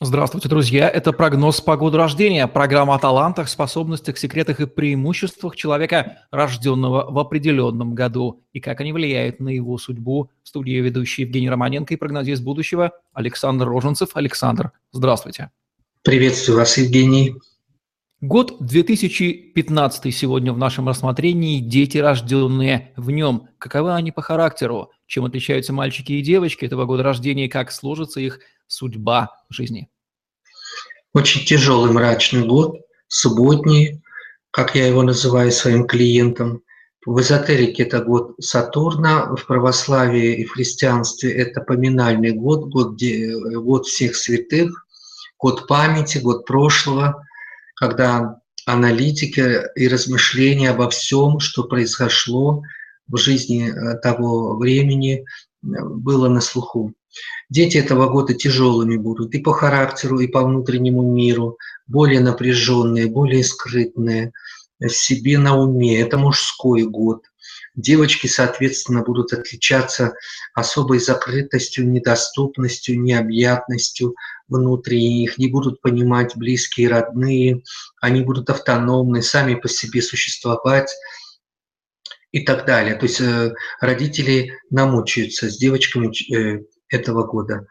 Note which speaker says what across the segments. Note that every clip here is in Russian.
Speaker 1: Здравствуйте, друзья! Это прогноз по году рождения. Программа о талантах, способностях, секретах и преимуществах человека, рожденного в определенном году, и как они влияют на его судьбу. В студии ведущий Евгений Романенко и прогнозист будущего Александр Роженцев. Александр, здравствуйте!
Speaker 2: Приветствую вас, Евгений.
Speaker 1: Год 2015 сегодня в нашем рассмотрении. Дети, рожденные в нем. Каковы они по характеру? Чем отличаются мальчики и девочки этого года рождения? И как сложится их судьба в жизни?
Speaker 2: Очень тяжелый, мрачный год, субботний, как я его называю своим клиентам. В эзотерике это год Сатурна, в православии и в христианстве это поминальный год, год всех святых, год памяти, год прошлого, когда аналитика и размышления обо всем, что произошло в жизни того времени, было на слуху. Дети этого года тяжелыми будут и по характеру, и по внутреннему миру, более напряженные, более скрытные, в себе на уме. Это мужской год. Девочки, соответственно, будут отличаться особой закрытостью, недоступностью, необъятностью внутри. Их не будут понимать близкие, родные. Они будут автономны, сами по себе существовать и так далее. То есть родители намучаются с девочками этого года.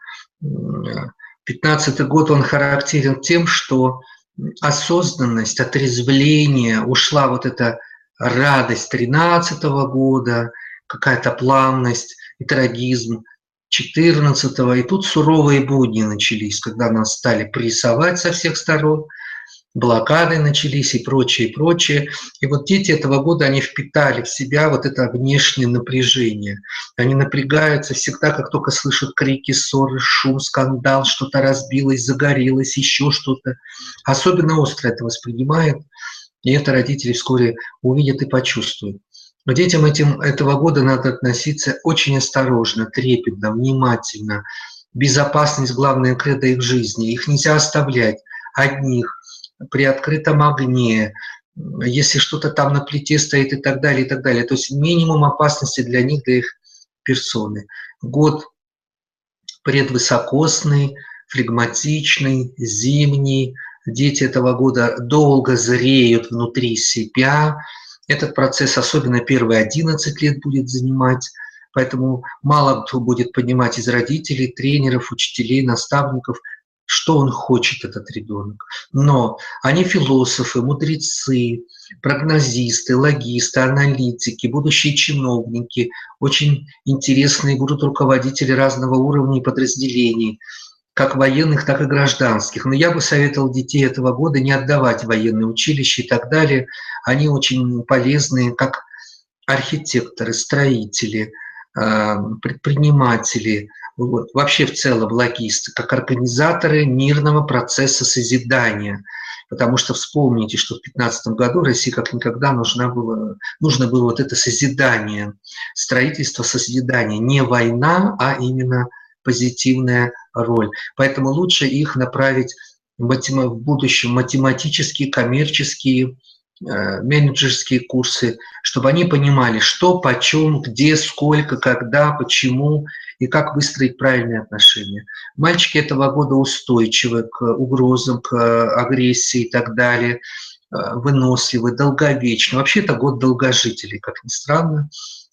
Speaker 2: 15-й год, он характерен тем, что осознанность, отрезвление, ушла вот эта радость 13-го года, какая-то плавность и трагизм 14-го. И тут суровые будни начались, когда нас стали прессовать со всех сторон, блокады начались и прочее, и прочее. И вот дети этого года, они впитали в себя вот это внешнее напряжение. Они напрягаются всегда, как только слышат крики, ссоры, шум, скандал, что-то разбилось, загорелось, еще что-то. Особенно остро это воспринимают, и это родители вскоре увидят и почувствуют. К детям этого года надо относиться очень осторожно, трепетно, внимательно. Безопасность – главное кредо их жизни. Их нельзя оставлять одних, при открытом огне, если что-то там на плите стоит и так далее, и так далее. То есть минимум опасности для них, для их персоны. Год предвысокосный, флегматичный, зимний. Дети этого года долго зреют внутри себя. Этот процесс особенно первые 11 лет будет занимать. Поэтому мало кто будет понимать из родителей, тренеров, учителей, наставников, что он хочет, этот ребенок. Но они философы, мудрецы, прогнозисты, логисты, аналитики, будущие чиновники, очень интересные будут руководители разного уровня и подразделений, как военных, так и гражданских. Но я бы советовал детей этого года не отдавать в военные училища и так далее. Они очень полезные, как архитекторы, строители, предприниматели, вот, вообще в целом логисты, как организаторы мирного процесса созидания. Потому что вспомните, что в 2015 году России как никогда нужно было вот это созидание, строительство созидания. Не война, а именно позитивная роль. Поэтому лучше их направить в будущем математические, коммерческие, менеджерские курсы, чтобы они понимали, что, почем, где, сколько, когда, почему и как выстроить правильные отношения. Мальчики этого года устойчивы к угрозам, к агрессии и так далее, выносливы, долговечны. Вообще это год долгожителей, как ни странно,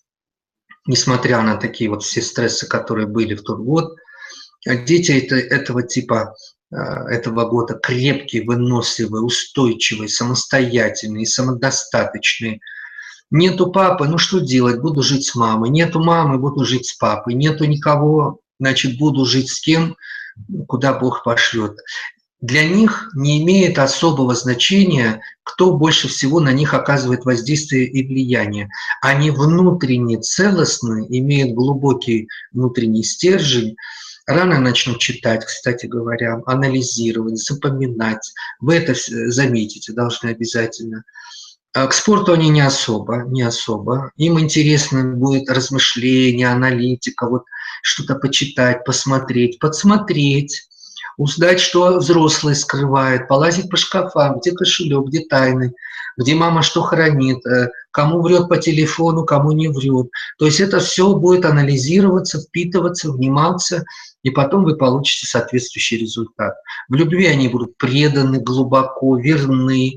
Speaker 2: несмотря на такие вот все стрессы, которые были в тот год. Дети этого типа этого года крепкие, выносливые, устойчивые, самостоятельные, самодостаточные. Нету папы, ну что делать, буду жить с мамой. Нету мамы, буду жить с папой. Нету никого, значит, буду жить с кем, куда Бог пошлет. Для них не имеет особого значения, кто больше всего на них оказывает воздействие и влияние. Они внутренне целостны, имеют глубокий внутренний стержень, рано начнут читать, кстати говоря, анализировать, запоминать. Вы это заметите, должны обязательно. А к спорту они не особо. Им интересно будет размышление, аналитика, вот что-то почитать, посмотреть, подсмотреть. узнать, что взрослые скрывают, полазить по шкафам, где кошелек, где тайны, где мама что хранит, кому врет по телефону, кому не врет. То есть это все будет анализироваться, впитываться, вниматься, и потом вы получите соответствующий результат. В любви они будут преданы, глубоко, верны,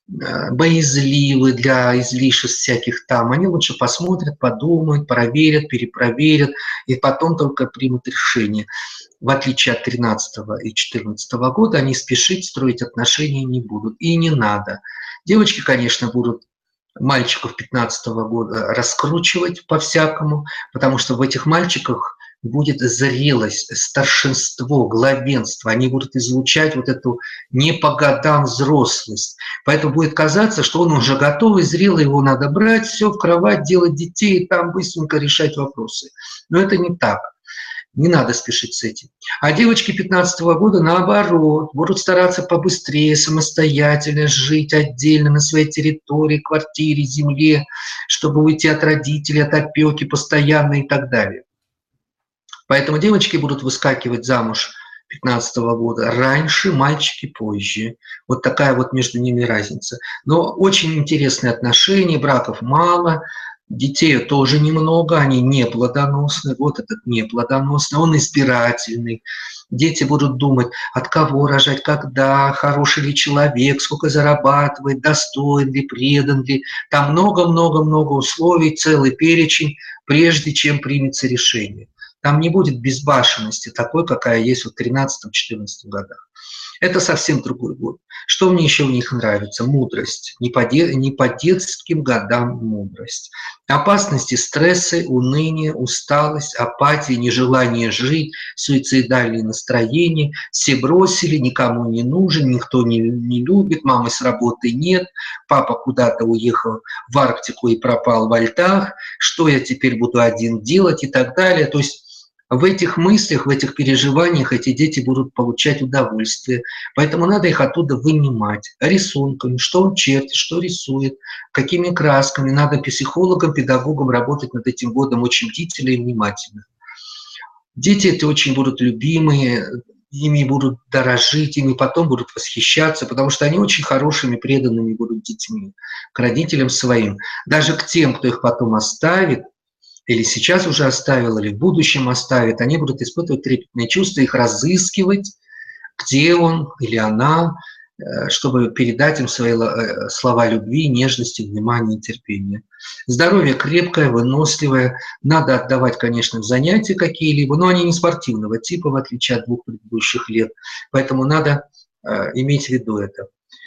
Speaker 2: боязливы для излишеств всяких там. Они лучше посмотрят, подумают, проверят, перепроверят, и потом только примут решение. В отличие от 13 и 14 года, они спешить строить отношения не будут. И не надо. Девочки, конечно, будут мальчиков 15 года раскручивать по-всякому, потому что в этих мальчиках будет зрелость, старшинство, главенство. Они будут излучать вот эту не по годам взрослость. Поэтому будет казаться, что он уже готовый, зрелый, его надо брать, все в кровать, делать детей, и там быстренько решать вопросы. Но это не так. Не надо спешить с этим. А девочки 15 года, наоборот, будут стараться побыстрее, самостоятельно жить отдельно на своей территории, квартире, земле, чтобы уйти от родителей, от опеки постоянно и так далее. Поэтому девочки будут выскакивать замуж 15 года раньше, мальчики позже. Вот такая вот между ними разница. Но очень интересные отношения, браков мало, детей тоже немного, они не плодоносны. Вот этот не плодоносный, он избирательный. Дети будут думать, от кого рожать, когда, хороший ли человек, сколько зарабатывает, достоин ли, предан ли. Там много-много-много условий, целый перечень, прежде чем примется решение. Там не будет безбашенности такой, какая есть в 13-14 годах. Это совсем другой год. Что мне еще в них нравится? Мудрость. Не по детским годам мудрость. Опасности, стрессы, уныние, усталость, апатия, нежелание жить, суицидальные настроения. Все бросили, никому не нужен, никто не любит, мамы с работы нет, папа куда-то уехал в Арктику и пропал во льдах, что я теперь буду один делать и так далее. То есть в этих мыслях, в этих переживаниях эти дети будут получать удовольствие. Поэтому надо их оттуда вынимать рисунками, что он чертит, что рисует, какими красками. Надо психологам, педагогам работать над этим годом очень бдительно и внимательно. Дети эти очень будут любимые, ими будут дорожить, ими потом будут восхищаться, потому что они очень хорошими, преданными будут детьми, к родителям своим. Даже к тем, кто их потом оставит, или сейчас уже оставил, или в будущем оставит, они будут испытывать трепетные чувства, их разыскивать, где он или она, чтобы передать им свои слова любви, нежности, внимания и терпения. Здоровье крепкое, выносливое. Надо отдавать, конечно, в занятия какие-либо, но они не спортивного типа, в отличие от 2 предыдущих лет. Поэтому надо иметь в виду это.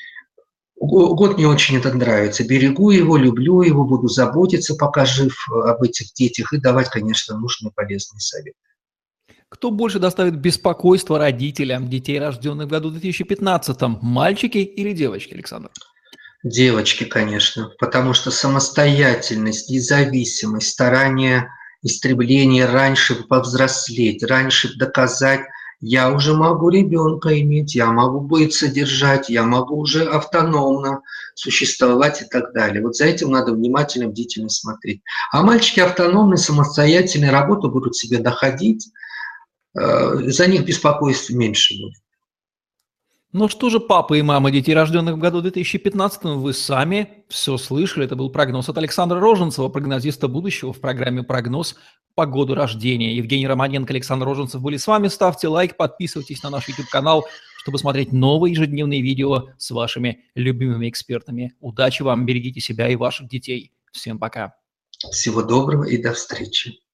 Speaker 2: Год мне очень это нравится. Берегу его, люблю его, буду заботиться, пока жив, об этих детях и давать, конечно, нужные полезные советы.
Speaker 1: Кто больше доставит беспокойство родителям детей, рожденных в году 2015? Мальчики или девочки, Александр?
Speaker 2: Девочки, конечно, потому что самостоятельность, независимость, старание, истребление раньше повзрослеть, раньше доказать, я уже могу ребенка иметь, я могу быть содержать, я могу уже автономно существовать и так далее. Вот за этим надо внимательно, бдительно смотреть. А мальчики автономные, самостоятельные, работу будут себе доходить, за них беспокойства меньше будет.
Speaker 1: Ну что же, папы и мамы детей, рожденных в году 2015, вы сами все слышали. Это был прогноз от Александра Роженцева, прогнозиста будущего в программе «Прогноз по году рождения». Евгений Романенко, Александр Роженцев были с вами. Ставьте лайк, подписывайтесь на наш YouTube-канал, чтобы смотреть новые ежедневные видео с вашими любимыми экспертами. Удачи вам, берегите себя и ваших детей. Всем пока.
Speaker 2: Всего доброго и до встречи.